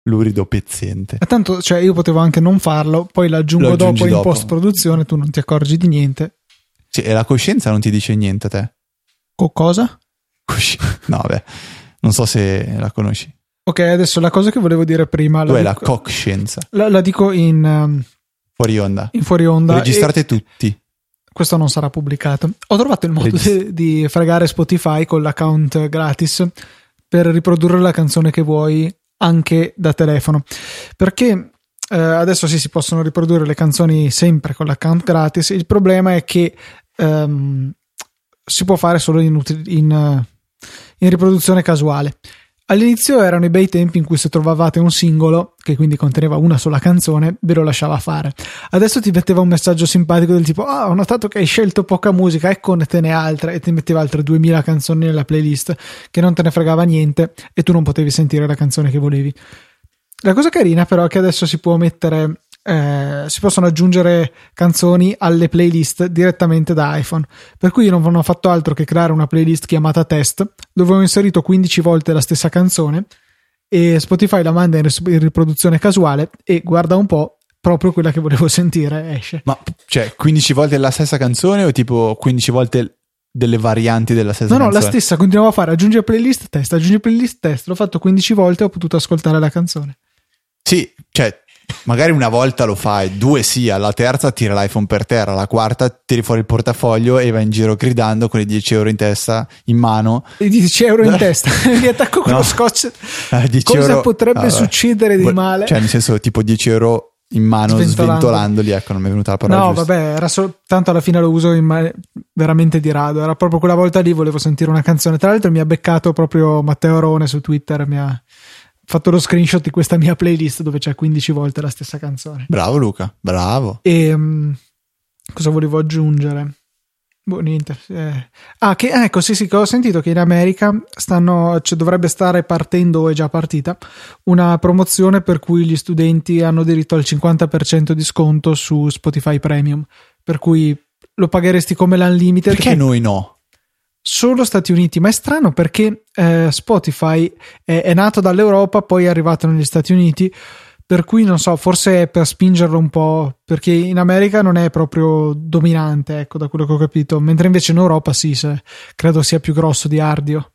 lurido pezzente. E tanto, cioè, io potevo anche non farlo, poi l'aggiungo dopo in post-produzione, tu non ti accorgi di niente. Sì, e la coscienza non ti dice niente a te? Cosa? No, vabbè, non so se la conosci. Ok, adesso la cosa che volevo dire prima... Dov'è la coscienza? La dico in... fuori onda. In fuori onda. Registrate tutti. Questo non sarà pubblicato. Ho trovato il modo di fregare Spotify con l'account gratis per riprodurre la canzone che vuoi anche da telefono. Perché adesso sì, si possono riprodurre le canzoni sempre con l'account gratis. Il problema è che si può fare solo in riproduzione casuale. All'inizio erano i bei tempi in cui se trovavate un singolo che quindi conteneva una sola canzone ve lo lasciava fare. Adesso ti metteva un messaggio simpatico del tipo ho notato che hai scelto poca musica, eccone altre, e ti metteva altre 2000 canzoni nella playlist che non te ne fregava niente e tu non potevi sentire la canzone che volevi. La cosa carina però è che adesso si può mettere si possono aggiungere canzoni alle playlist direttamente da iPhone, per cui io non ho fatto altro che creare una playlist chiamata test dove ho inserito 15 volte la stessa canzone e Spotify la manda in riproduzione casuale e guarda un po', proprio quella che volevo sentire esce. Ma cioè 15 volte la stessa canzone o tipo 15 volte delle varianti della stessa canzone? No, la stessa, continuavo a fare aggiungi playlist test, l'ho fatto 15 volte e ho potuto ascoltare la canzone. Sì, cioè magari una volta lo fai, due sì, alla terza tira l'iPhone per terra, alla quarta tiri fuori il portafoglio e vai in giro gridando con i 10 euro in testa, in mano. I 10 euro in testa, mi attacco con lo scotch. Cosa potrebbe succedere di male? Cioè nel senso tipo 10 euro in mano sventolandoli, ecco, non mi è venuta la parola giusta. Vabbè, era tanto alla fine lo uso veramente di rado, era proprio quella volta lì, volevo sentire una canzone. Tra l'altro mi ha beccato proprio Matteo Arone su Twitter, mi ha fatto lo screenshot di questa mia playlist dove c'è 15 volte la stessa canzone. Bravo Luca, bravo. E cosa volevo aggiungere? Niente. Ecco, sì, che ho sentito che in America dovrebbe stare partendo, o è già partita, una promozione per cui gli studenti hanno diritto al 50% di sconto su Spotify Premium, per cui lo pagheresti come l'unlimited. Perché noi no? Solo Stati Uniti, ma è strano perché Spotify è nato dall'Europa, poi è arrivato negli Stati Uniti, per cui non so, forse è per spingerlo un po', perché in America non è proprio dominante, ecco, da quello che ho capito, mentre invece in Europa sì, credo sia più grosso di Ardio.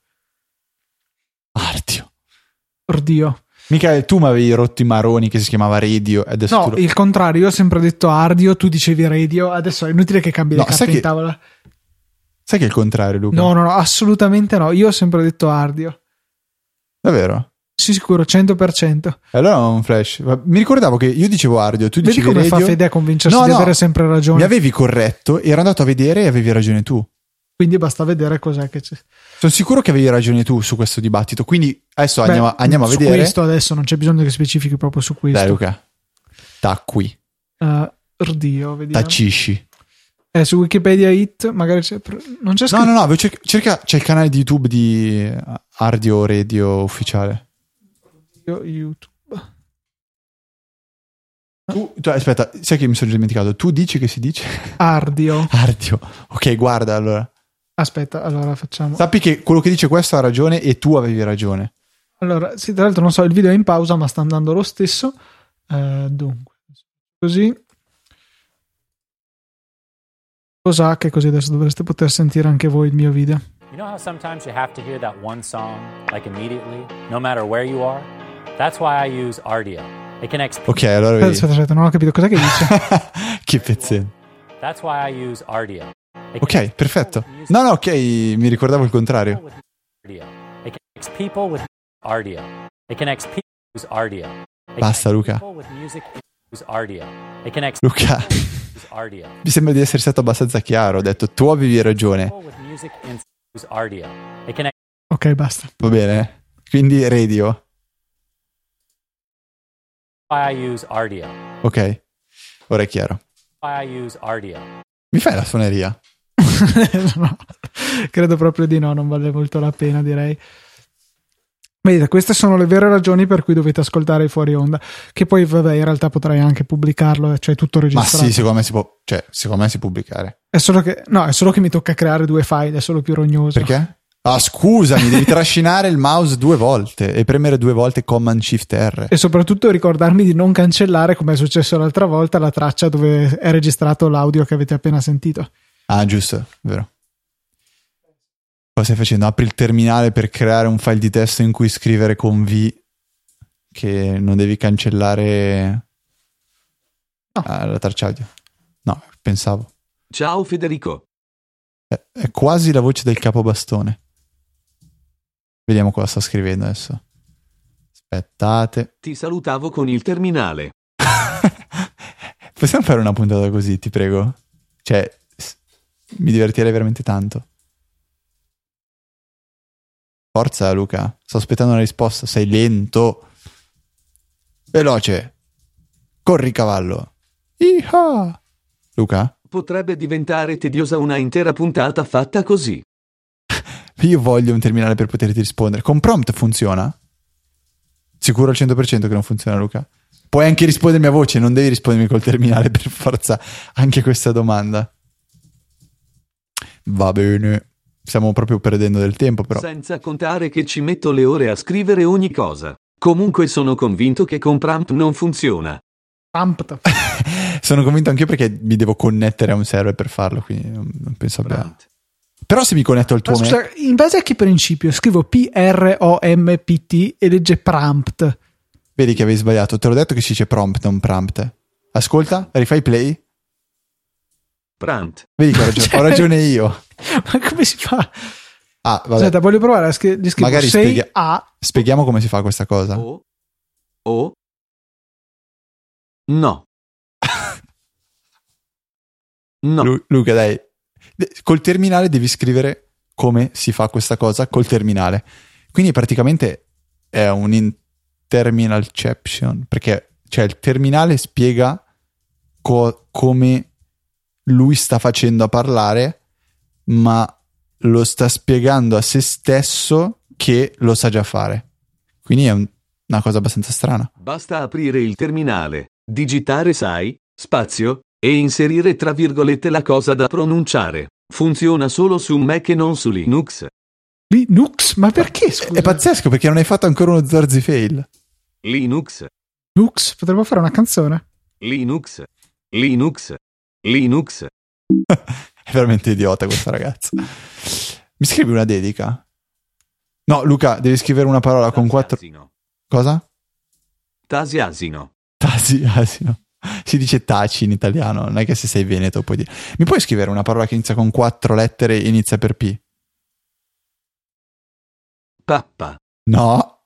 Ordio. Mica tu mi avevi rotto i maroni che si chiamava Radio, adesso no, il contrario, io ho sempre detto Ardio, tu dicevi Radio, adesso è inutile che cambi le carte in tavola. Sai che è il contrario, Luca? No, assolutamente no. Io ho sempre detto Ardio. Davvero? Sì, sicuro, 100%. Allora un flash. Mi ricordavo che io dicevo Ardio, tu dicevi Radio. Vedi come fa Fede a convincersi di avere sempre ragione. Mi avevi corretto, ero andato a vedere e avevi ragione tu. Quindi basta vedere cos'è che c'è. Sono sicuro che avevi ragione tu su questo dibattito, quindi adesso andiamo a vedere. Su questo adesso non c'è bisogno che specifichi proprio su questo. Dai Luca, tacqui. Oddio, vediamo. Taccisci. Su Wikipedia Hit magari non c'è scritto. No, cerca, c'è il canale di YouTube di Ardio Radio ufficiale. YouTube. Tu, aspetta, sai che mi sono già dimenticato. Tu dici che si dice? Ardio. Ok, guarda allora. Aspetta, allora facciamo. Sappi che quello che dice questo ha ragione e tu avevi ragione. Allora, sì, tra l'altro non so, il video è in pausa ma sta andando lo stesso. Dunque, così. Cos'ha che così adesso dovreste poter sentire anche voi il mio video. You know how sometimes you have to hear that one song like immediately, no matter where you are? That's why I use Ardio. It connects people. Ok, allora vedi. Aspetta, non ho capito cos'è che dice. Che pezzente. That's why I use Ardio. Ok, perfetto. No, ok, mi ricordavo il contrario. It connects people with Ardio. It connects people with Ardio. Basta Luca. Luca, mi sembra di essere stato abbastanza chiaro. Ho detto tu avevi ragione. Ok, basta. Va bene. Quindi radio. Ok, ora è chiaro. Mi fai la suoneria? No, credo proprio di no, non vale molto la pena, direi. Vedete, queste sono le vere ragioni per cui dovete ascoltare il fuori onda, che poi vabbè in realtà potrei anche pubblicarlo, cioè tutto registrato. Ma sì, secondo me si può pubblicare. È solo che mi tocca creare 2 file, è solo più rognoso. Perché? Ah, scusami, devi trascinare il mouse 2 volte e premere 2 volte Command Shift R. E soprattutto ricordarmi di non cancellare, come è successo l'altra volta, la traccia dove è registrato l'audio che avete appena sentito. Ah, giusto, vero. Cosa stai facendo? Apri il terminale per creare un file di testo in cui scrivere con V che non devi cancellare la traccia audio. No, pensavo. Ciao Federico. È quasi la voce del capobastone. Vediamo cosa sta scrivendo adesso. Aspettate. Ti salutavo con il terminale. Possiamo fare una puntata così, ti prego? Cioè, mi divertirei veramente tanto. Forza Luca, sto aspettando una risposta. Sei lento. Veloce. Corri cavallo. Iha. Luca? Potrebbe diventare tediosa una intera puntata fatta così. Io voglio un terminale per poterti rispondere. Con prompt funziona? Sicuro al 100% che non funziona, Luca? Puoi anche rispondermi a voce, non devi rispondermi col terminale per forza anche questa domanda. Va bene. Stiamo proprio perdendo del tempo, però. Senza contare che ci metto le ore a scrivere ogni cosa. Comunque sono convinto che con prompt non funziona. Prompt. Sono convinto anche io perché mi devo connettere a un server per farlo, quindi non penso abbia... Però se mi connetto al tuo Scusa, in base a che principio? Scrivo PROMPT e legge prompt. Vedi che avevi sbagliato, te l'ho detto che si dice prompt, non prompt. Ascolta, rifai play. Prompt. Vedi che ho ragione io. Ma come si fa? Ah, vabbè. Aspetta, voglio provare a scrivere. Magari 6A. Spieghiamo come si fa questa cosa. No. No. Luca, dai. Col terminale devi scrivere come si fa questa cosa col terminale. Quindi praticamente è un interminalception, perché cioè il terminale spiega come lui sta facendo a parlare, ma lo sta spiegando a se stesso che lo sa già fare. Quindi è una cosa abbastanza strana. Basta aprire il terminale, digitare sai, spazio, e inserire tra virgolette la cosa da pronunciare. Funziona solo su Mac e non su Linux. Linux? Ma perché? Scusa? È pazzesco perché non hai fatto ancora uno Zorzi fail. Linux. Linux? Potremmo fare una canzone. Linux. Linux. Linux. È veramente idiota questa ragazza. Mi scrivi una dedica? No, Luca, devi scrivere una parola con 4... Cosa? Tasi asino. Tasi asino. Si dice taci in italiano, non è che se sei veneto puoi dire. Mi puoi scrivere una parola che inizia con 4 lettere e inizia per P? Pappa. No.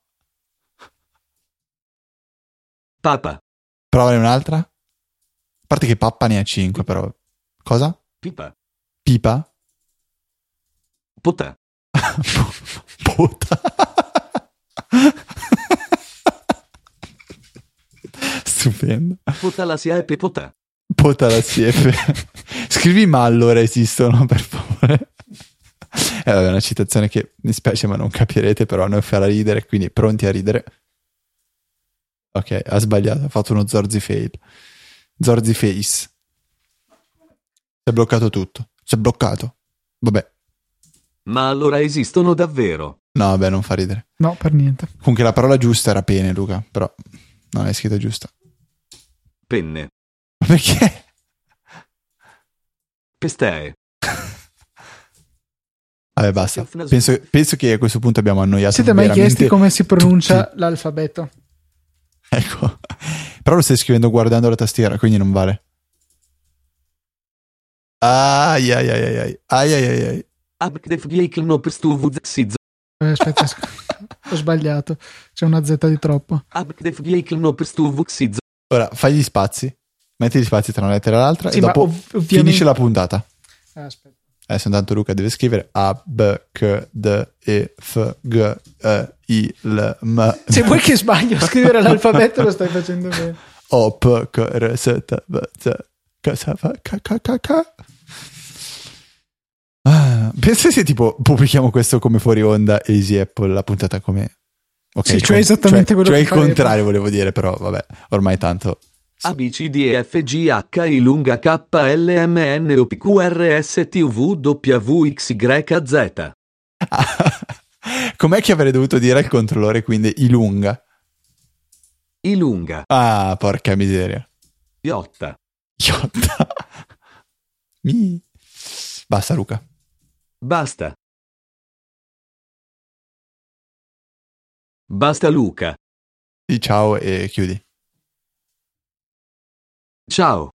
Papa. Provane un'altra? A parte che pappa ne ha 5, però. Cosa? Pipa. Pipa? Pota. Pota. Stupendo. Pota la siepe pota. Pota la siepe. Scrivi ma allora esistono, per favore. È una citazione che mi spiace ma non capirete, però a noi farà ridere, quindi pronti a ridere. Ok, ha sbagliato, ha fatto uno Zorzi fail. Zorzi face. Si è bloccato tutto. Si è bloccato. Vabbè. Ma allora esistono davvero? No, vabbè, non fa ridere. No, per niente. Comunque la parola giusta era pene, Luca, però non è scritta giusta. Penne. Ma perché? Pestee. Vabbè, basta. Penso che a questo punto abbiamo annoiato. Siete mai chiesti come si pronuncia l'alfabeto? Ecco. Però lo stai scrivendo guardando la tastiera, quindi non vale. Ai ai ai ai ai ai ai. Aspetta, ho sbagliato. C'è una Z di troppo. Ora fai gli spazi. Metti gli spazi tra una lettera e l'altra, sì, e dopo finisce la puntata. Aspetta. Adesso intanto Luca deve scrivere A, B, C, D, E, F, G, E, I, L, M. Se vuoi che sbaglio a scrivere l'alfabeto lo stai facendo bene. O, P, Q, R, S, T, V, Z, K, S, F, K, K, K, K. Pensa se tipo pubblichiamo questo come fuori onda Easy Apple, la puntata come... Okay, sì, cioè esattamente quello che fai. Cioè il contrario volevo dire, però vabbè, ormai tanto... A, B, C, D, E, F, G, H, I, lunga, K, L, M, N, O, P, Q, R, S, T, U, V, W, X, Y, Z. Com'è che avrei dovuto dire al controllore quindi Ilunga? Ilunga. Ah, porca miseria. Iotta. Iotta. Basta Luca. Basta. Basta Luca. Di ciao e chiudi. Ciao.